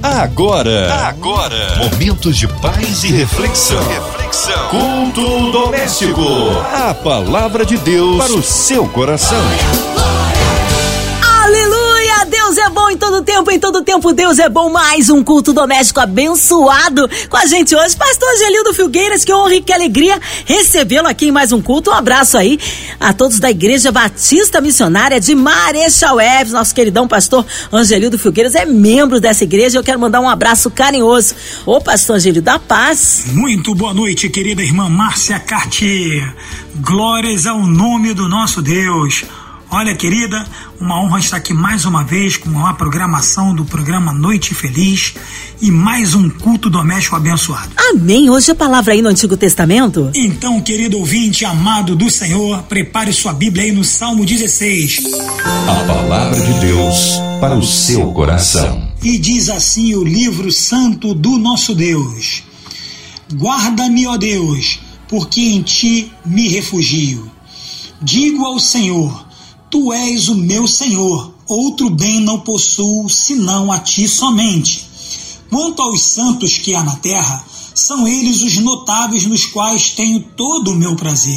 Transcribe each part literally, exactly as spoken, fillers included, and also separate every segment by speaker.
Speaker 1: Agora, agora, momentos de paz e reflexão. Reflexão. Culto doméstico. A palavra de Deus para o seu coração.
Speaker 2: Aleluia! Deus é bom em todo tempo, em todo tempo Deus é bom. Mais um culto doméstico abençoado com a gente hoje, pastor Angelildo Filgueiras. Que honra e que alegria recebê-lo aqui em mais um culto. Um abraço aí a todos da Igreja Batista Missionária de Marechal Herves. Nosso queridão pastor Angelildo Filgueiras é membro dessa igreja. Eu quero mandar um abraço carinhoso. Ô pastor Angelildo, da paz.
Speaker 3: Muito boa noite, querida irmã Márcia Cartier. Glórias ao nome do nosso Deus. Olha, querida, uma honra estar aqui mais uma vez com a programação do programa Noite Feliz e mais um culto doméstico abençoado.
Speaker 2: Amém. Hoje a palavra aí no Antigo Testamento.
Speaker 3: Então, querido ouvinte amado do Senhor, prepare sua Bíblia aí no Salmo dezesseis.
Speaker 1: A palavra de Deus para o seu coração.
Speaker 3: E diz assim o livro santo do nosso Deus: Guarda-me, ó Deus, porque em ti me refugio. Digo ao Senhor: Tu és o meu Senhor, outro bem não possuo, senão a ti somente. Quanto aos santos que há na terra, são eles os notáveis nos quais tenho todo o meu prazer.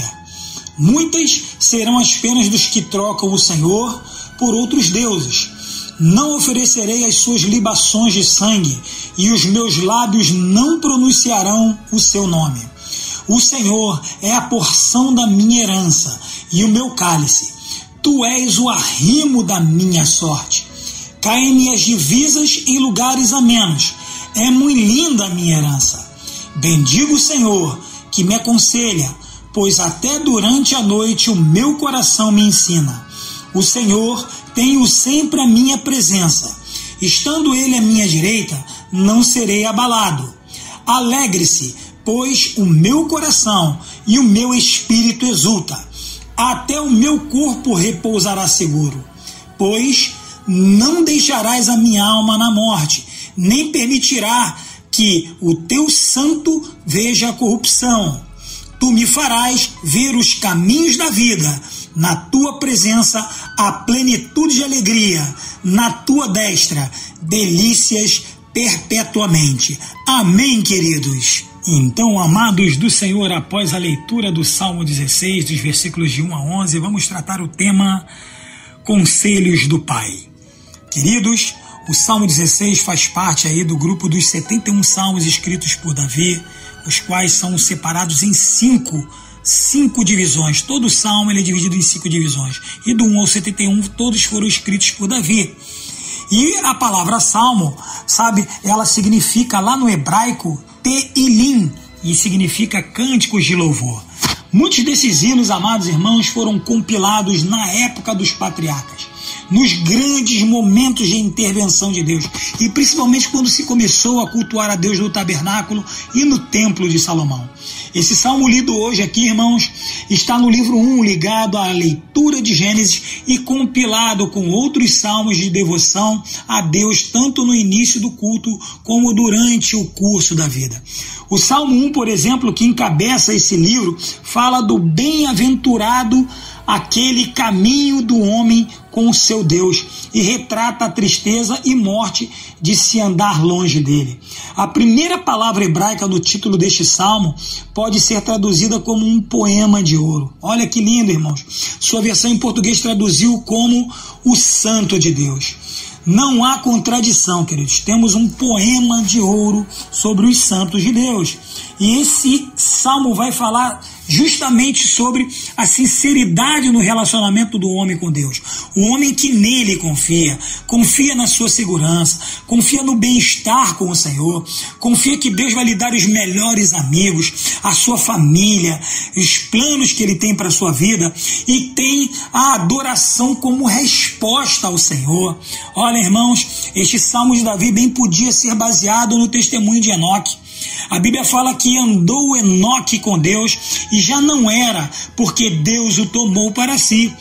Speaker 3: Muitas serão as penas dos que trocam o Senhor por outros deuses. Não oferecerei as suas libações de sangue, e os meus lábios não pronunciarão o seu nome. O Senhor é a porção da minha herança e o meu cálice. Tu és o arrimo da minha sorte. Caem-me as divisas em lugares amenos. É muito linda a minha herança. Bendigo o Senhor, que me aconselha, pois até durante a noite o meu coração me ensina. O Senhor tem sempre a minha presença. Estando Ele à minha direita, não serei abalado. Alegre-se, pois o meu coração e o meu espírito exulta. Até o meu corpo repousará seguro, pois não deixarás a minha alma na morte, nem permitirá que o teu santo veja a corrupção. Tu me farás ver os caminhos da vida, na tua presença a plenitude de alegria, na tua destra delícias perpetuamente. Amém, queridos. Então, amados do Senhor, após a leitura do Salmo dezesseis, dos versículos de um a onze, vamos tratar o tema Conselhos do Pai. Queridos, o Salmo dezesseis faz parte aí do grupo dos setenta e um salmos escritos por Davi, os quais são separados em cinco, cinco divisões. Todo salmo ele é dividido em cinco divisões. E do um ao setenta e um, todos foram escritos por Davi. E a palavra salmo, sabe, ela significa lá no hebraico Te'ilim, e significa cânticos de louvor. Muitos desses hinos, amados irmãos, foram compilados na época dos patriarcas, nos grandes momentos de intervenção de Deus, e principalmente quando se começou a cultuar a Deus no tabernáculo e no templo de Salomão. Esse salmo lido hoje aqui, irmãos, está no livro um, ligado à leitura de Gênesis e compilado com outros salmos de devoção a Deus, tanto no início do culto como durante o curso da vida. O Salmo um, por exemplo, que encabeça esse livro, fala do bem-aventurado aquele caminho do homem com o seu Deus, e retrata a tristeza e morte de se andar longe dele. A primeira palavra hebraica do título deste salmo pode ser traduzida como um poema de ouro. Olha que lindo, irmãos. Sua versão em português traduziu como o Santo de Deus. Não há contradição, queridos. Temos um poema de ouro sobre os santos de Deus. E esse salmo vai falar justamente sobre a sinceridade no relacionamento do homem com Deus. O homem que nele confia, confia na sua segurança, confia no bem-estar com o Senhor, confia que Deus vai lhe dar os melhores amigos, a sua família, os planos que ele tem para a sua vida, e tem a adoração como resposta ao Senhor. Olha, irmãos, este salmo de Davi bem podia ser baseado no testemunho de Enoque. A Bíblia fala que andou Enoque com Deus e já não era, porque Deus o tomou para si.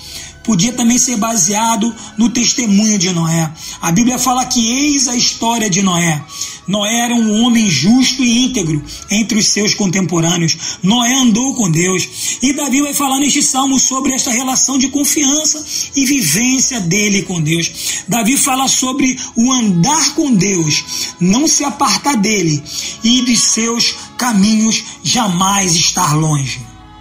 Speaker 3: podia também ser baseado no testemunho de Noé. A Bíblia fala que eis a história de Noé. Noé era um homem justo e íntegro entre os seus contemporâneos. Noé andou com Deus. E Davi vai falar neste salmo sobre esta relação de confiança e vivência dele com Deus. Davi fala sobre o andar com Deus, não se apartar dele e de seus caminhos jamais estar longe.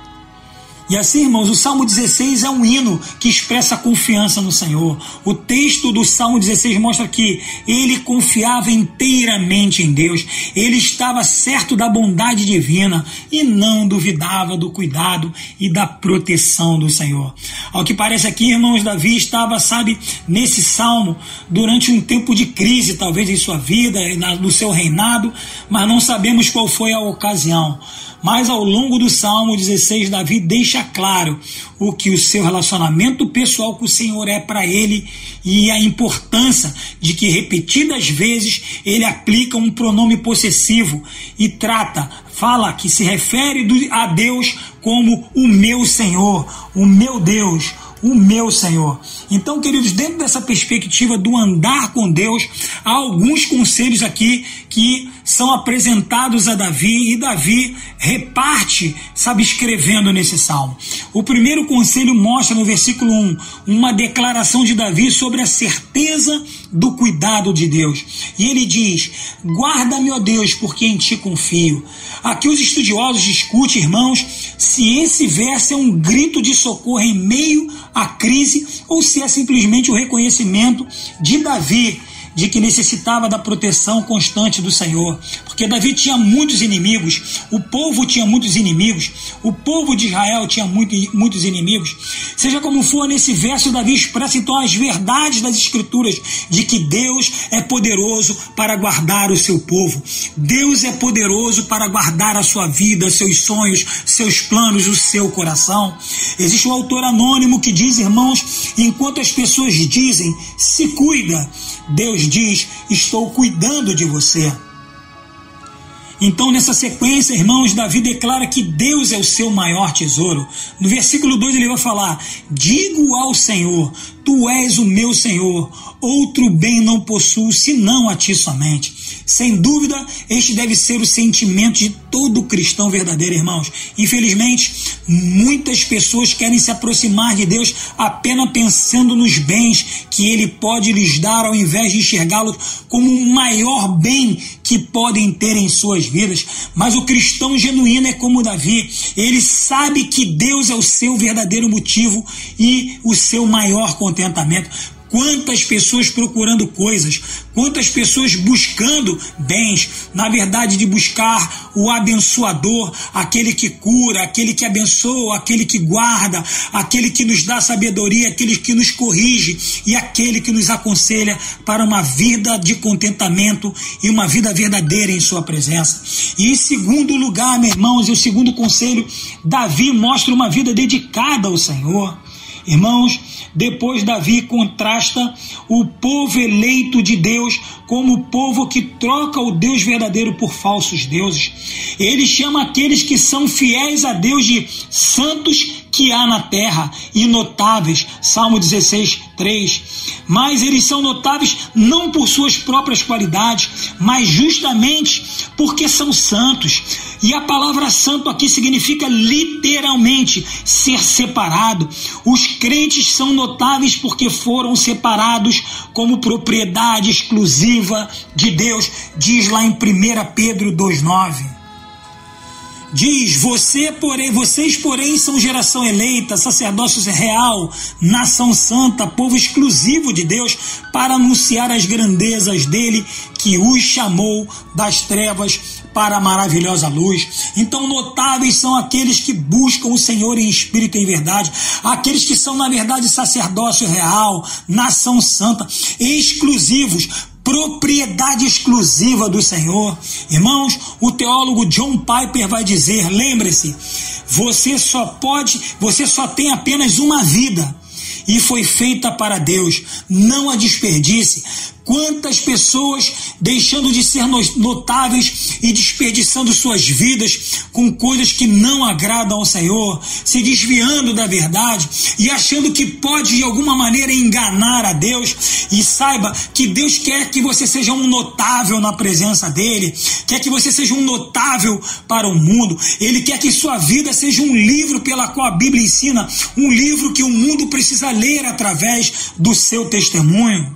Speaker 3: E assim, irmãos, o Salmo dezesseis é um hino que expressa confiança no Senhor. O texto do Salmo dezesseis mostra que ele confiava inteiramente em Deus. Ele estava certo da bondade divina e não duvidava do cuidado e da proteção do Senhor. Ao que parece aqui, irmãos, Davi estava, sabe, nesse salmo durante um tempo de crise, talvez em sua vida, no seu reinado, mas não sabemos qual foi a ocasião. Mas ao longo do Salmo dezesseis, Davi deixa claro o que o seu relacionamento pessoal com o Senhor é para ele e a importância de que repetidas vezes ele aplica um pronome possessivo e trata, fala que se refere a Deus como o meu Senhor, o meu Deus, o meu Senhor. Então, queridos, dentro dessa perspectiva do andar com Deus, há alguns conselhos aqui que são apresentados a Davi, e Davi reparte, sabe, escrevendo nesse salmo. O primeiro conselho mostra no versículo um uma declaração de Davi sobre a certeza do cuidado de Deus. E ele diz: guarda-me, ó Deus, porque em ti confio. Aqui os estudiosos discutem, irmãos, se esse verso é um grito de socorro em meio à crise ou se é simplesmente o reconhecimento de Davi de que necessitava da proteção constante do Senhor, porque Davi tinha muitos inimigos, o povo tinha muitos inimigos, o povo de Israel tinha muito, muitos inimigos. Seja como for, nesse verso Davi expressa então as verdades das Escrituras, de que Deus é poderoso para guardar o seu povo, Deus é poderoso para guardar a sua vida, seus sonhos, seus planos, o seu coração. Existe um autor anônimo que diz, irmãos, enquanto as pessoas dizem, se cuida, Deus diz, estou cuidando de você. Então, nessa sequência, irmãos, Davi declara que Deus é o seu maior tesouro. No versículo dois ele vai falar: digo ao Senhor, tu és o meu Senhor, outro bem não possuo, senão a ti somente. Sem dúvida, este deve ser o sentimento de todo cristão verdadeiro, irmãos. Infelizmente, muitas pessoas querem se aproximar de Deus apenas pensando nos bens que Ele pode lhes dar, ao invés de enxergá-los como o maior bem que podem ter em suas vidas. Mas o cristão genuíno é como Davi. Ele sabe que Deus é o seu verdadeiro motivo e o seu maior contentamento. Quantas pessoas procurando coisas, quantas pessoas buscando bens, na verdade de buscar o abençoador, aquele que cura, aquele que abençoa, aquele que guarda, aquele que nos dá sabedoria, aquele que nos corrige e aquele que nos aconselha para uma vida de contentamento e uma vida verdadeira em sua presença. E em segundo lugar, meus irmãos, e o segundo conselho, Davi mostra uma vida dedicada ao Senhor. Irmãos, depois Davi contrasta o povo eleito de Deus como o povo que troca o Deus verdadeiro por falsos deuses. Ele chama aqueles que são fiéis a Deus de santos que há na terra e notáveis, Salmo dezesseis, três. Mas eles são notáveis não por suas próprias qualidades, mas justamente porque são santos. E a palavra santo aqui significa literalmente ser separado. Os crentes são notáveis porque foram separados como propriedade exclusiva de Deus, diz lá em primeira Pedro dois, nove. Diz, Você, porém, vocês porém são geração eleita, sacerdócio real, nação santa, povo exclusivo de Deus, para anunciar as grandezas dele, que os chamou das trevas para a maravilhosa luz. Então notáveis são aqueles que buscam o Senhor em espírito e em verdade, aqueles que são na verdade sacerdócio real, nação santa, exclusivos, propriedade exclusiva do Senhor. Irmãos, o teólogo John Piper vai dizer, lembre-se, você só pode, você só tem apenas uma vida e foi feita para Deus, não a desperdice. Quantas pessoas deixando de ser notáveis e desperdiçando suas vidas com coisas que não agradam ao Senhor, se desviando da verdade e achando que pode de alguma maneira enganar a Deus. E saiba que Deus quer que você seja um notável na presença dele, quer que você seja um notável para o mundo. Ele quer que sua vida seja um livro pela qual a Bíblia ensina, um livro que o mundo precisa ler através do seu testemunho.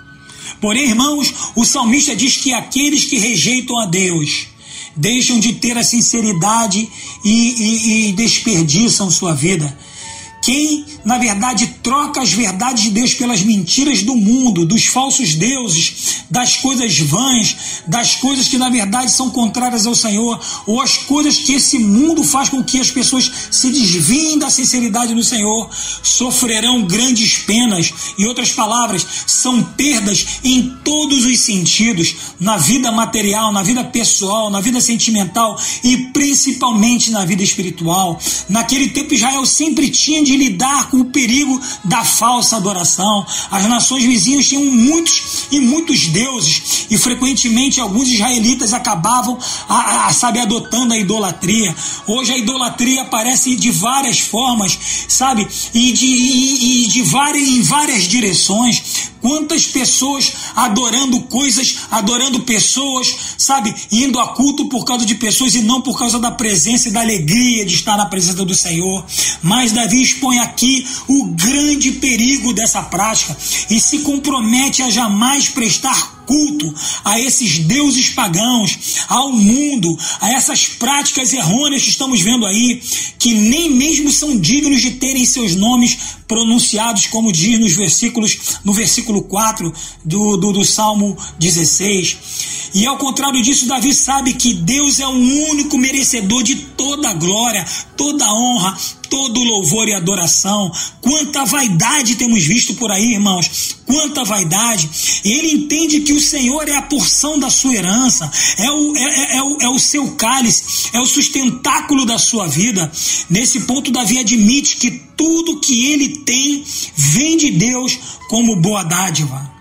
Speaker 3: Porém, irmãos, o salmista diz que aqueles que rejeitam a Deus deixam de ter a sinceridade e, e, e desperdiçam sua vida. Quem, na verdade, troca as verdades de Deus pelas mentiras do mundo, dos falsos deuses, das coisas vãs, das coisas que, na verdade, são contrárias ao Senhor, ou as coisas que esse mundo faz com que as pessoas se desviem da sinceridade do Senhor, sofrerão grandes penas. Em outras palavras, são perdas em todos os sentidos, na vida material, na vida pessoal, na vida sentimental e principalmente na vida espiritual. Naquele tempo, Israel sempre tinha de de lidar com o perigo da falsa adoração. As nações vizinhas tinham muitos e muitos deuses, e frequentemente alguns israelitas acabavam a, a, sabe, adotando a idolatria. Hoje a idolatria aparece de várias formas, sabe, e de, e, e de várias, em várias direções. Quantas pessoas adorando coisas, adorando pessoas, sabe, indo a culto por causa de pessoas e não por causa da presença e da alegria de estar na presença do Senhor. Mas Davi expõe aqui o grande perigo dessa prática e se compromete a jamais prestar culto a esses deuses pagãos, ao mundo, a essas práticas errôneas que estamos vendo aí, que nem mesmo são dignos de terem seus nomes pronunciados, como diz nos versículos, no versículo quatro do, do, do Salmo dezesseis. E ao contrário disso, Davi sabe que Deus é o único merecedor de toda a glória, toda a honra, todo louvor e adoração. Quanta vaidade temos visto por aí, irmãos, quanta vaidade. Ele entende que o Senhor é a porção da sua herança, é o, é, é, o, é o seu cálice, é o sustentáculo da sua vida. Nesse ponto, Davi admite que tudo que ele tem vem de Deus como boa dádiva.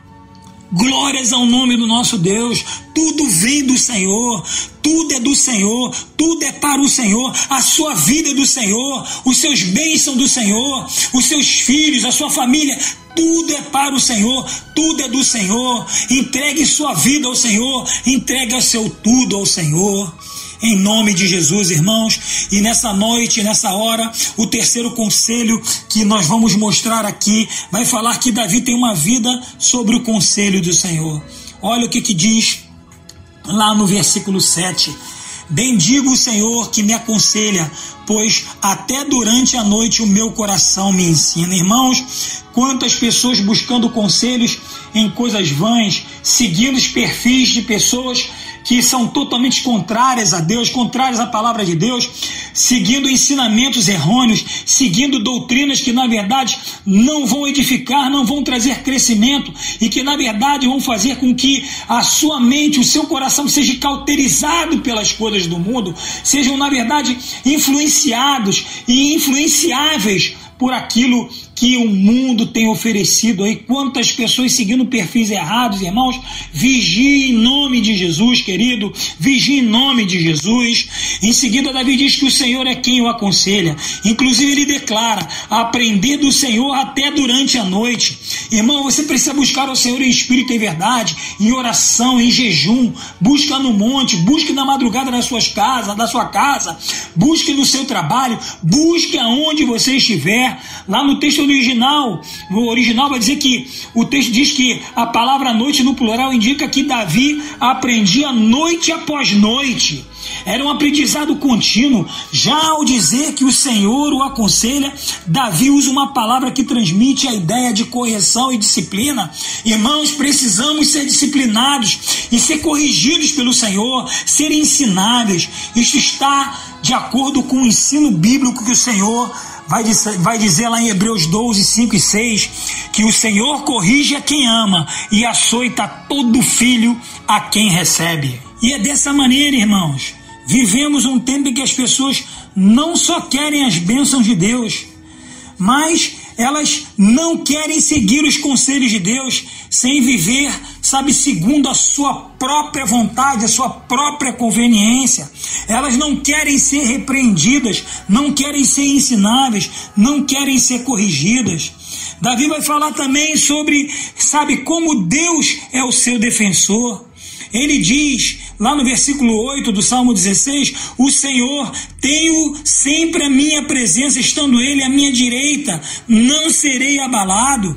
Speaker 3: Glórias ao nome do nosso Deus. Tudo vem do Senhor, tudo é do Senhor, tudo é para o Senhor, a sua vida é do Senhor, os seus bens são do Senhor, os seus filhos, a sua família, tudo é para o Senhor, tudo é do Senhor. Entregue sua vida ao Senhor, entregue o seu tudo ao Senhor. Em nome de Jesus, irmãos, e nessa noite, nessa hora, o terceiro conselho que nós vamos mostrar aqui vai falar que Davi tem uma vida sobre o conselho do Senhor. Olha o que que diz lá no versículo sete. Bendigo o Senhor que me aconselha, pois até durante a noite o meu coração me ensina. Irmãos, quantas pessoas buscando conselhos em coisas vãs, seguindo os perfis de pessoas que são totalmente contrárias a Deus, contrárias à palavra de Deus, seguindo ensinamentos errôneos, seguindo doutrinas que na verdade não vão edificar, não vão trazer crescimento e que na verdade vão fazer com que a sua mente, o seu coração seja cauterizado pelas coisas do mundo, sejam na verdade influenciados e influenciáveis por aquilo que o mundo tem oferecido aí. Quantas pessoas seguindo perfis errados, irmãos. Vigie em nome de Jesus, querido, vigie em nome de Jesus. Em seguida, Davi diz que o Senhor é quem o aconselha. Inclusive, ele declara: aprender do Senhor até durante a noite. Irmão, você precisa buscar o Senhor em espírito e verdade, em oração, em jejum. Busca no monte, busque na madrugada nas suas casas, da sua casa, busque no seu trabalho, busque aonde você estiver. Lá no texto original, no original vai dizer que, o texto diz que a palavra noite no plural indica que Davi aprendia noite após noite. Era um aprendizado contínuo. Já ao dizer que o Senhor o aconselha, Davi usa uma palavra que transmite a ideia de correção e disciplina. Irmãos, precisamos ser disciplinados e ser corrigidos pelo Senhor, ser ensináveis. Isto está de acordo com o ensino bíblico que o Senhor vai dizer, vai dizer lá em Hebreus doze, cinco e seis, que o Senhor corrige a quem ama e açoita todo filho a quem recebe. E é dessa maneira, irmãos, vivemos um tempo em que as pessoas não só querem as bênçãos de Deus, mas elas não querem seguir os conselhos de Deus sem viver sabe, segundo a sua própria vontade, a sua própria conveniência. Elas não querem ser repreendidas, não querem ser ensináveis, não querem ser corrigidas. Davi vai falar também sobre, sabe, como Deus é o seu defensor. Ele diz, lá no versículo oito do Salmo dezesseis, o Senhor, tenho sempre a minha presença, estando Ele à minha direita, não serei abalado.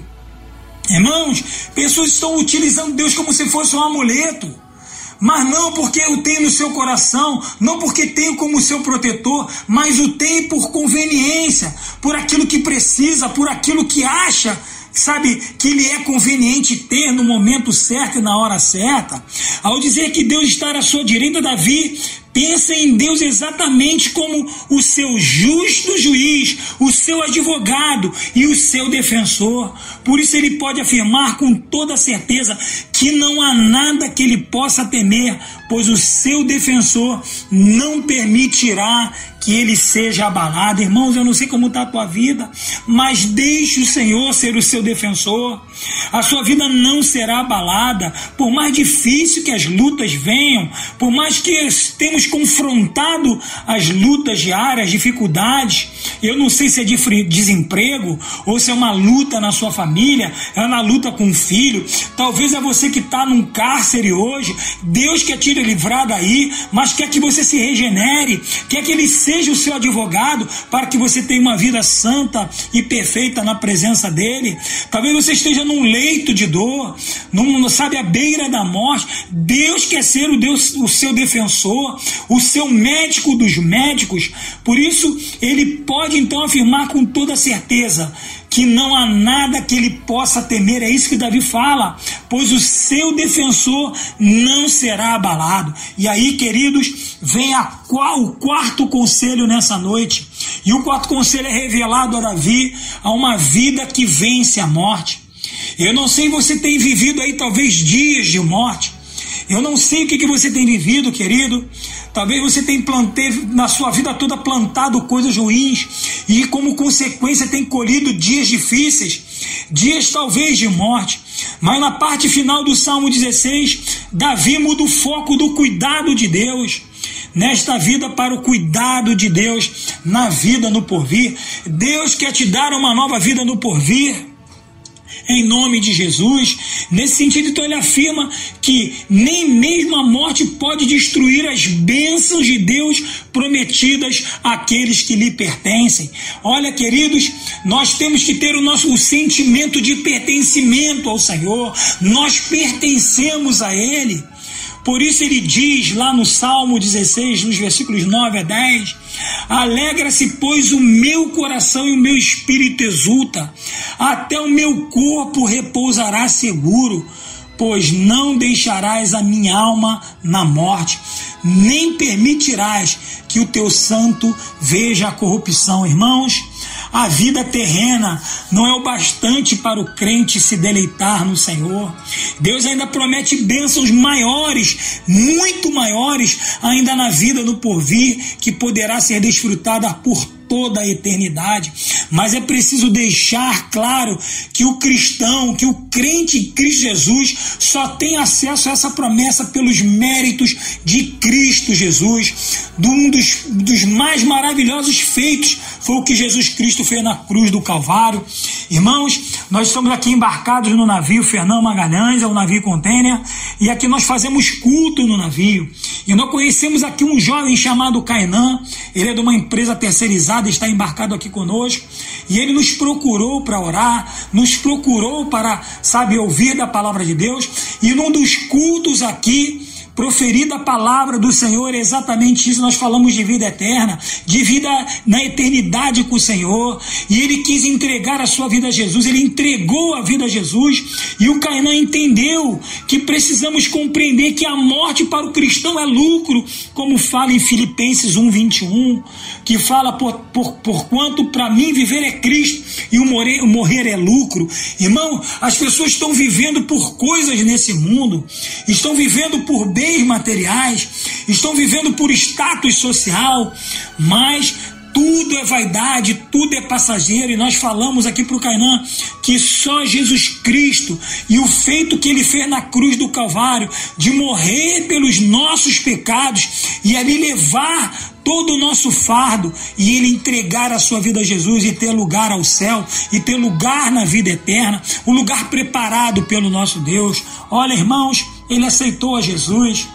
Speaker 3: Irmãos, pessoas estão utilizando Deus como se fosse um amuleto, mas não porque o tem no seu coração, não porque tem como seu protetor, mas o tem por conveniência, por aquilo que precisa, por aquilo que acha, sabe, que lhe é conveniente ter no momento certo e na hora certa. Ao dizer que Deus está à sua direita, Davi pensa em Deus exatamente como o seu justo juiz, o seu advogado e o seu defensor. Por isso ele pode afirmar com toda certeza que não há nada que ele possa temer, pois o seu defensor não permitirá que ele seja abalado. Irmãos, eu não sei como está a tua vida, mas deixe o Senhor ser o seu defensor. A sua vida não será abalada, por mais difícil que as lutas venham, por mais que temos confrontado as lutas diárias, dificuldades. Eu não sei se é de desemprego, ou se é uma luta na sua família, é uma luta com o filho. Talvez é você que está num cárcere hoje. Deus quer te livrar daí, mas quer que você se regenere, quer que Ele seja o seu advogado, para que você tenha uma vida santa e perfeita na presença dEle. Talvez você esteja num leito de dor, num, sabe, à beira da morte. Deus quer ser o, Deus, o seu defensor, o seu médico dos médicos. Por isso, Ele pode então afirmar com toda certeza que não há nada que ele possa temer. É isso que Davi fala, pois o seu defensor não será abalado. E aí, queridos, vem a, o quarto conselho nessa noite. E o quarto conselho é revelado a Davi, a uma vida que vence a morte. Eu não sei, você tem vivido aí talvez dias de morte. Eu não sei o que, que você tem vivido, querido. Talvez você tenha plantado, na sua vida toda plantado coisas ruins e como consequência tem colhido dias difíceis, dias talvez de morte. Mas na parte final do Salmo dezesseis, Davi muda o foco do cuidado de Deus nesta vida para o cuidado de Deus na vida no porvir. Deus quer te dar uma nova vida no porvir, em nome de Jesus. Nesse sentido, então, ele afirma que nem mesmo a morte pode destruir as bênçãos de Deus prometidas àqueles que lhe pertencem. Olha, queridos, nós temos que ter o nosso o sentimento de pertencimento ao Senhor. Nós pertencemos a Ele. Por isso ele diz lá no Salmo dezesseis, nos versículos nove a dez, alegra-se, pois, o meu coração e o meu espírito exulta, até o meu corpo repousará seguro, pois não deixarás a minha alma na morte, nem permitirás que o teu santo veja a corrupção. Irmãos, a vida terrena não é o bastante para o crente se deleitar no Senhor. Deus ainda promete bênçãos maiores, muito maiores, ainda na vida no porvir, que poderá ser desfrutada por toda a eternidade. Mas é preciso deixar claro que o cristão, que o crente em Cristo Jesus só tem acesso a essa promessa pelos méritos de Cristo Jesus. Um dos, dos mais maravilhosos feitos foi o que Jesus Cristo fez na cruz do Calvário. Irmãos, nós estamos aqui embarcados no navio Fernão Magalhães, é um navio container, e aqui nós fazemos culto no navio. E nós conhecemos aqui um jovem chamado Kainan. Ele é de uma empresa terceirizada, está embarcado aqui conosco, e ele nos procurou para orar, nos procurou para, sabe, ouvir da palavra de Deus. E num dos cultos aqui, proferida a palavra do Senhor, é exatamente isso. Nós falamos de vida eterna, de vida na eternidade com o Senhor, e ele quis entregar a sua vida a Jesus. Ele entregou a vida a Jesus, e o Kainan entendeu que precisamos compreender que a morte para o cristão é lucro, como fala em Filipenses um, vinte e um, que fala, por, por, por quanto para mim viver é Cristo e o morrer, o morrer é lucro. Irmão, as pessoas estão vivendo por coisas nesse mundo, estão vivendo por bens materiais, estão vivendo por status social, mas tudo é vaidade, tudo é passageiro, e nós falamos aqui para o Cainã que só Jesus Cristo e o feito que ele fez na cruz do Calvário, de morrer pelos nossos pecados e ali levar todo o nosso fardo e ele entregar a sua vida a Jesus e ter lugar ao céu e ter lugar na vida eterna, o lugar preparado pelo nosso Deus. Olha, irmãos, ele aceitou a Jesus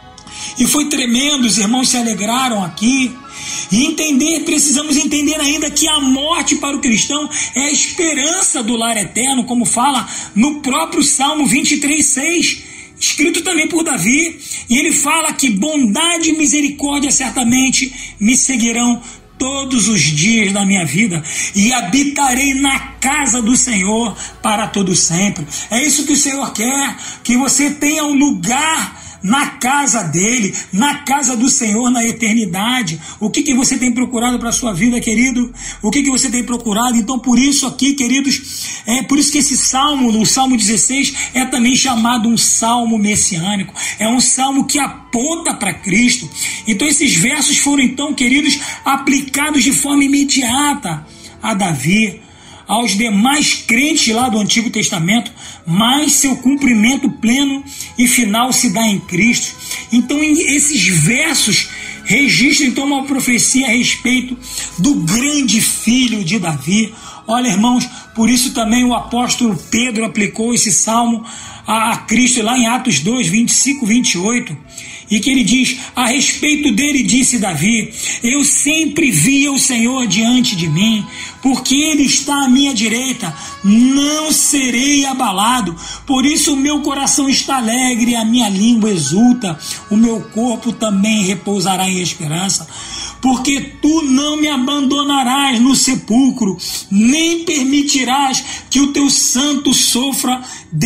Speaker 3: e foi tremendo, os irmãos se alegraram aqui. E entender, precisamos entender ainda que a morte para o cristão é a esperança do lar eterno, como fala no próprio Salmo vinte e três, seis, escrito também por Davi, e ele fala que bondade e misericórdia certamente me seguirão todos os dias da minha vida, e habitarei na casa do Senhor para todo sempre. É isso que o Senhor quer, que você tenha um lugar na casa dele, na casa do Senhor, na eternidade. O que, que você tem procurado para a sua vida, querido? O que, que você tem procurado? Então, por isso aqui, queridos, é por isso que esse salmo, o Salmo dezesseis, é também chamado um salmo messiânico. É um salmo que aponta para Cristo. Então, esses versos foram, então, queridos, aplicados de forma imediata a Davi, aos demais crentes lá do Antigo Testamento, mas seu cumprimento pleno e final se dá em Cristo. Então, esses versos registram então uma profecia a respeito do grande filho de Davi. Olha, irmãos, por isso também o apóstolo Pedro aplicou esse salmo a, a Cristo lá em Atos dois, vinte e cinco, vinte e oito, e que ele diz: a respeito dele disse Davi, eu sempre via o Senhor diante de mim, porque ele está à minha direita, não serei abalado. Por isso o meu coração está alegre, a minha língua exulta, o meu corpo também repousará em esperança. Porque tu não me abandonarás no sepulcro, nem permitirás que o teu santo sofra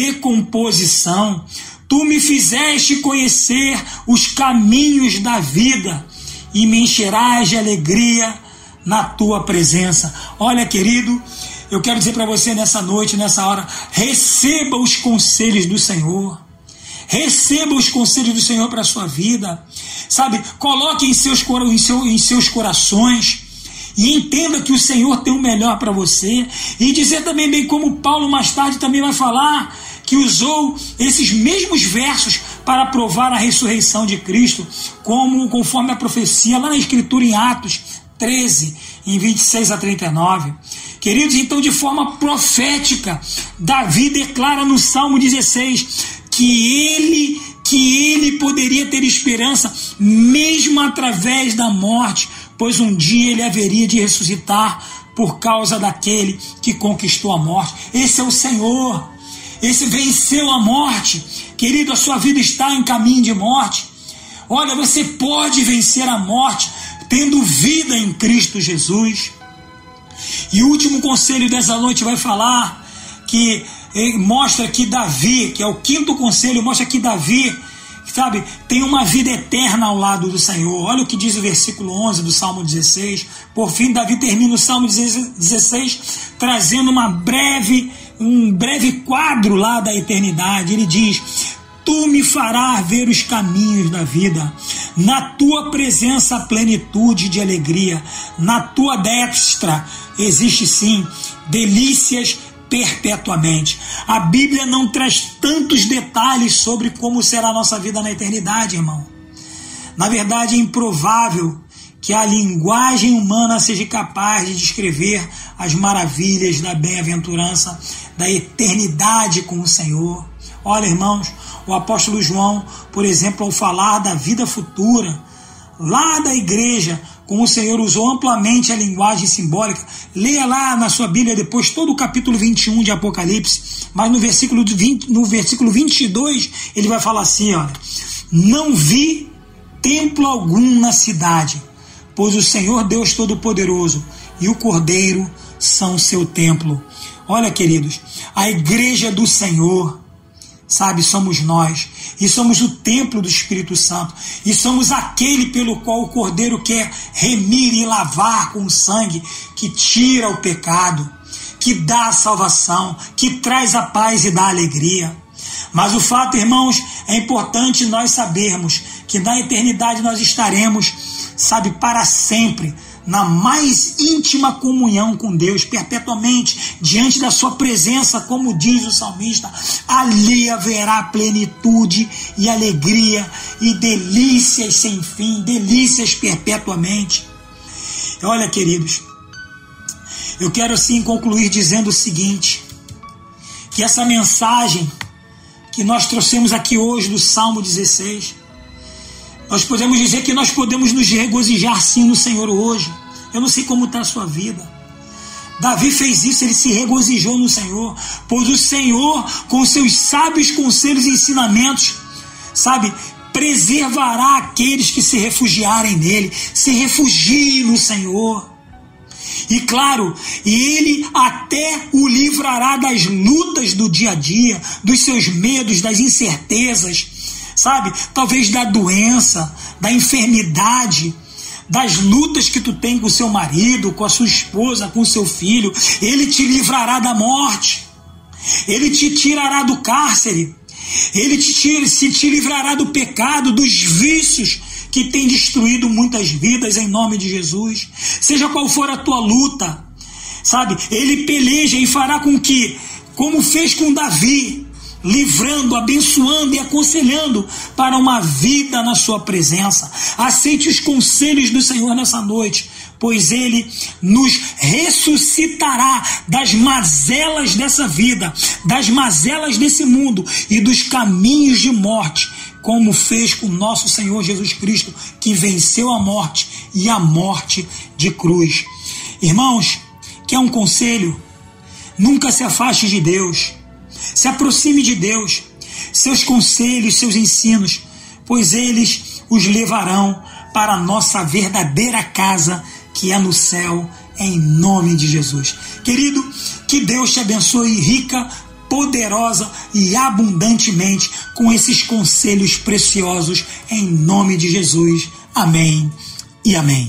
Speaker 3: decomposição. Tu me fizeste conhecer os caminhos da vida e me encherás de alegria na tua presença. Olha, querido, eu quero dizer para você nessa noite, nessa hora, receba os conselhos do Senhor. Receba os conselhos do Senhor para a sua vida, sabe? Coloque em seus, em, seu, em seus corações e entenda que o Senhor tem o melhor para você. E dizer também, bem como Paulo mais tarde também vai falar, que usou esses mesmos versos para provar a ressurreição de Cristo, como conforme a profecia lá na Escritura em Atos treze, em vinte e seis a trinta e nove. Queridos, então de forma profética, Davi declara no Salmo dezesseis que ele, que ele poderia ter esperança mesmo através da morte, pois um dia ele haveria de ressuscitar por causa daquele que conquistou a morte. Esse é o Senhor, esse venceu a morte. Querido, a sua vida está em caminho de morte. Olha, você pode vencer a morte tendo vida em Cristo Jesus. E o último conselho dessa noite vai falar que mostra que Davi, que é o quinto conselho, mostra que Davi, sabe, tem uma vida eterna ao lado do Senhor. Olha o que diz o versículo onze do Salmo dezesseis. Por fim, Davi termina o Salmo dezesseis trazendo uma breve, um breve quadro lá da eternidade. Ele diz: tu me farás ver os caminhos da vida, na tua presença a plenitude de alegria, na tua destra existe sim delícias perpetuamente. A Bíblia não traz tantos detalhes sobre como será a nossa vida na eternidade, irmão. Na verdade, é improvável que a linguagem humana seja capaz de descrever as maravilhas da bem-aventurança, da eternidade com o Senhor. Olha, irmãos, o apóstolo João, por exemplo, ao falar da vida futura, lá da igreja, como o Senhor usou amplamente a linguagem simbólica, leia lá na sua Bíblia depois todo o capítulo vinte e um de Apocalipse, mas no versículo, vinte, no versículo vinte e dois ele vai falar assim, olha: não vi templo algum na cidade, pois o Senhor Deus Todo-Poderoso e o Cordeiro são seu templo. Olha, queridos, a igreja do Senhor, sabe, somos nós, e somos o templo do Espírito Santo, e somos aquele pelo qual o Cordeiro quer remir e lavar com o sangue, que tira o pecado, que dá a salvação, que traz a paz e dá a alegria. Mas o fato, irmãos, é importante nós sabermos que na eternidade nós estaremos, sabe, para sempre na mais íntima comunhão com Deus, perpetuamente, diante da sua presença, como diz o salmista, ali haverá plenitude e alegria e delícias sem fim, delícias perpetuamente. Olha, queridos, eu quero sim concluir dizendo o seguinte, que essa mensagem que nós trouxemos aqui hoje do Salmo dezesseis, nós podemos dizer que nós podemos nos regozijar sim no Senhor hoje. Eu não sei como está a sua vida. Davi fez isso, ele se regozijou no Senhor, pois o Senhor, com seus sábios conselhos e ensinamentos, sabe, preservará aqueles que se refugiarem nele. Se refugie no Senhor. E claro, ele até o livrará das lutas do dia a dia, dos seus medos, das incertezas, sabe? Talvez da doença, da enfermidade, das lutas que tu tem com o seu marido, com a sua esposa, com o seu filho. Ele te livrará da morte, ele te tirará do cárcere, ele te, tira, se te livrará do pecado, dos vícios que tem destruído muitas vidas, em nome de Jesus. Seja qual for a tua luta, sabe, ele peleja e fará com que, como fez com Davi, livrando, abençoando e aconselhando para uma vida na sua presença. Aceite os conselhos do Senhor nessa noite, pois ele nos ressuscitará das mazelas dessa vida, das mazelas desse mundo e dos caminhos de morte, como fez com nosso Senhor Jesus Cristo, que venceu a morte e a morte de cruz. Irmãos, quer um conselho? Nunca se afaste de Deus. Se aproxime de Deus, seus conselhos, seus ensinos, pois eles os levarão para a nossa verdadeira casa, que é no céu, em nome de Jesus. Querido, que Deus te abençoe rica, poderosa e abundantemente com esses conselhos preciosos, em nome de Jesus. Amém e amém.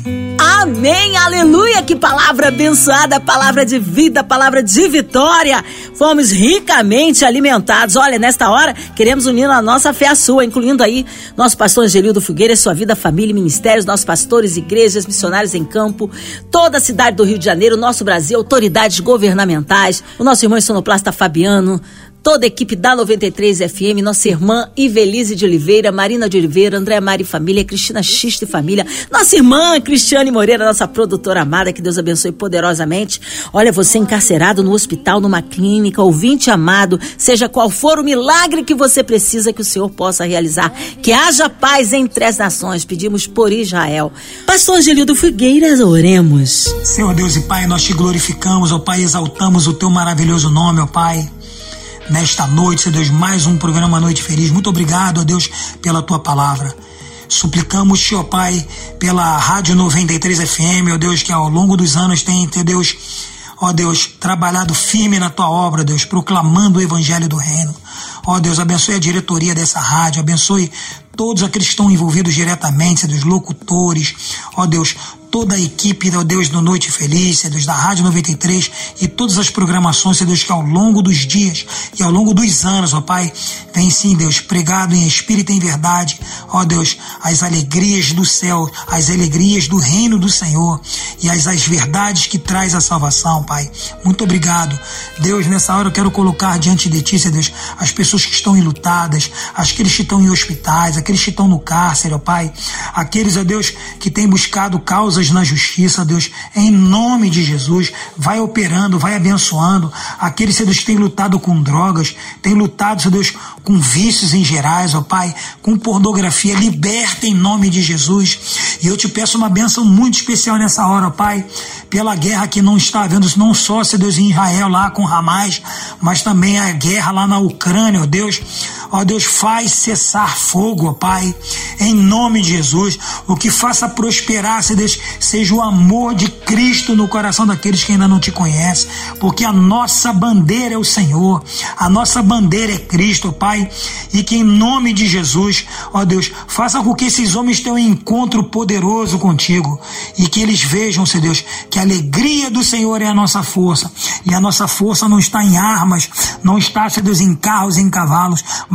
Speaker 2: Amém, aleluia, que palavra abençoada, palavra de vida, palavra de vitória. Fomos ricamente alimentados. Olha, nesta hora, queremos unir a nossa fé à sua, incluindo aí nosso pastor Angelildo Filgueiras, sua vida, família e ministérios, nossos pastores, igrejas, missionários em campo, toda a cidade do Rio de Janeiro, nosso Brasil, autoridades governamentais, o nosso irmão sonoplasta Fabiano, toda a equipe da noventa e três F M, nossa irmã Ivelise de Oliveira, Marina de Oliveira, André Mari Família, Cristina Xista e Família, nossa irmã Cristiane Moreira, nossa produtora amada, que Deus abençoe poderosamente. Olha, você encarcerado no hospital, numa clínica, ouvinte amado, seja qual for o milagre que você precisa que o Senhor possa realizar, que haja paz entre as nações, pedimos por Israel. Pastor Angelildo Filgueiras, oremos.
Speaker 3: Senhor Deus e Pai, nós te glorificamos, ó Pai, exaltamos o teu maravilhoso nome, ó Pai. Nesta noite, Senhor Deus, mais um programa Noite Feliz. Muito obrigado, ó Deus, pela tua palavra. Suplicamos-te, ó Pai, pela Rádio noventa e três F M, ó Deus, que ao longo dos anos tem, ó Deus, ó Deus, trabalhado firme na tua obra, Deus, proclamando o evangelho do reino. Ó Deus, abençoe a diretoria dessa rádio, abençoe todos aqueles que estão envolvidos diretamente, Senhor Deus, locutores, ó Deus, toda a equipe, ó Deus, do Noite Feliz, Senhor Deus, da Rádio noventa e três e todas as programações, Senhor Deus, que ao longo dos dias e ao longo dos anos, ó Pai, vem sim, Deus, pregado em espírito e em verdade, ó Deus, as alegrias do céu, as alegrias do reino do Senhor e as, as verdades que traz a salvação, Pai. Muito obrigado. Deus, nessa hora eu quero colocar diante de Ti, Senhor Deus, as pessoas que estão enlutadas, aqueles que estão em hospitais, aqueles que estão no cárcere, ó Pai, aqueles, ó Deus, que têm buscado causas na justiça, Deus, em nome de Jesus, vai operando, vai abençoando aqueles, Senhor Deus, que têm lutado com drogas, têm lutado, Senhor Deus, com vícios em gerais, ó Pai, com pornografia, liberta em nome de Jesus. E eu te peço uma bênção muito especial nessa hora, ó Pai, pela guerra que não está havendo, não só, Senhor Deus, em Israel lá com Hamas, mas também a guerra lá na Ucrânia, ó Deus. Ó Deus, faz cessar fogo, ó Pai, em nome de Jesus. O que faça prosperar, Senhor Deus, seja o amor de Cristo no coração daqueles que ainda não te conhecem, porque a nossa bandeira é o Senhor, a nossa bandeira é Cristo, ó Pai, e que em nome de Jesus, ó Deus, faça com que esses homens tenham um encontro poderoso contigo e que eles vejam, Senhor Deus, que a alegria do Senhor é a nossa força, e a nossa força não está em armas, não está, Senhor Deus, em carros, em cavalos, mas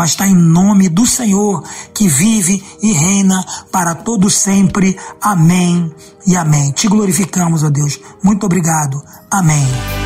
Speaker 3: mas está em nome do Senhor, que vive e reina para todo sempre. Amém e amém. Te glorificamos, ó Deus. Muito obrigado. Amém.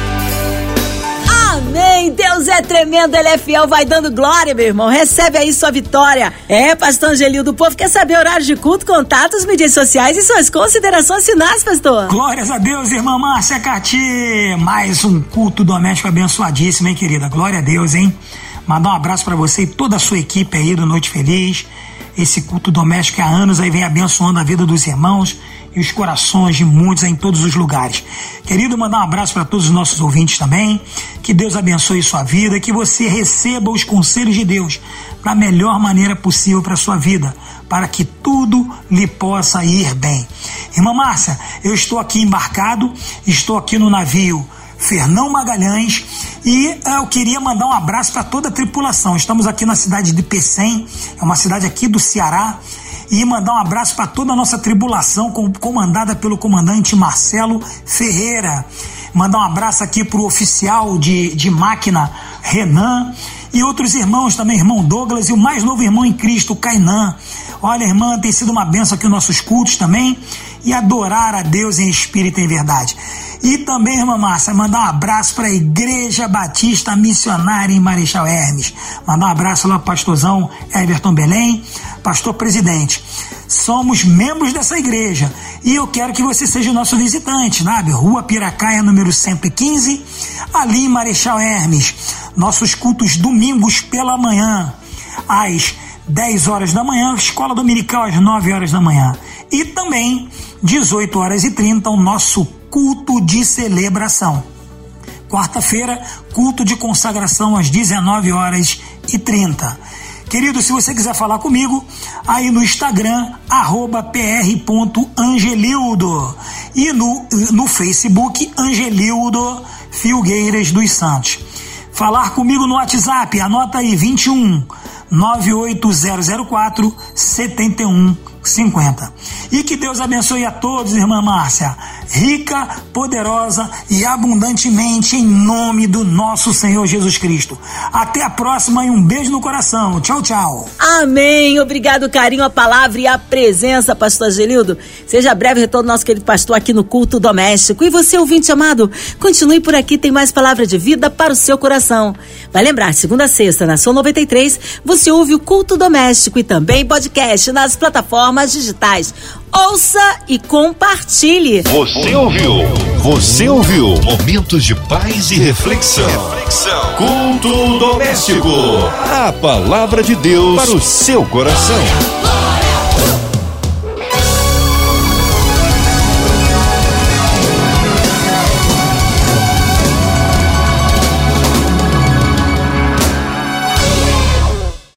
Speaker 2: Amém, Deus é tremendo, Ele é fiel, vai dando glória, meu irmão, recebe aí sua vitória. É, pastor Angelildo, o povo quer saber horário de culto, contatos, mídias sociais e suas considerações finais, pastor.
Speaker 3: Glórias a Deus, irmã Márcia Cartier, mais um culto doméstico abençoadíssimo, hein, querida? Glória a Deus, hein? Mandar um abraço pra você e toda a sua equipe aí do Noite Feliz. Esse culto doméstico há anos aí vem abençoando a vida dos irmãos e os corações de muitos em todos os lugares. Querido, mandar um abraço para todos os nossos ouvintes também. Que Deus abençoe sua vida, que você receba os conselhos de Deus da melhor maneira possível para sua vida, para que tudo lhe possa ir bem. Irmã Márcia, eu estou aqui embarcado, estou aqui no navio Fernão Magalhães e eu queria mandar um abraço para toda a tripulação. Estamos aqui na cidade de Pecém, é uma cidade aqui do Ceará, e mandar um abraço para toda a nossa tribulação comandada pelo comandante Marcelo Ferreira. Mandar um abraço aqui para o oficial de, de máquina Renan e outros irmãos também, irmão Douglas e o mais novo irmão em Cristo, Cainã. Olha, irmã, tem sido uma bênção aqui os nossos cultos também, e adorar a Deus em espírito e em verdade. E também, irmã Márcia, mandar um abraço para a Igreja Batista Missionária em Marechal Hermes. Mandar um abraço lá para o pastorzão Everton Belém, pastor presidente. Somos membros dessa igreja e eu quero que você seja o nosso visitante, sabe? Rua Piracaia, número cento e quinze, ali em Marechal Hermes. Nossos cultos domingos pela manhã, às dez horas da manhã, escola dominical às nove horas da manhã. E também, dezoito horas e trinta, o nosso culto de celebração. Quarta-feira, culto de consagração às dezenove horas e trinta. Querido, se você quiser falar comigo, aí no Instagram, arroba pr.angelildo. E no, no Facebook, Angelildo Filgueiras dos Santos. Falar comigo no WhatsApp, anota aí, vinte e um, nove oito zero zero quatro, sete um cinco zero. E que Deus abençoe a todos, irmã Márcia, rica, poderosa e abundantemente em nome do nosso Senhor Jesus Cristo. Até a próxima e um beijo no coração. Tchau, tchau.
Speaker 2: Amém. Obrigado, carinho, a palavra e a presença, pastor Angelildo. Seja breve retorno nosso querido pastor aqui no culto doméstico. E você, ouvinte amado, continue por aqui, tem mais palavra de vida para o seu coração. Vai lembrar, segunda a sexta, na Som noventa e três, você ouve o culto doméstico e também podcast nas plataformas digitais. Ouça e compartilhe.
Speaker 1: Você ouviu? Você ouviu? Momentos de paz e reflexão. Reflexão. Culto doméstico. A palavra de Deus para o seu coração.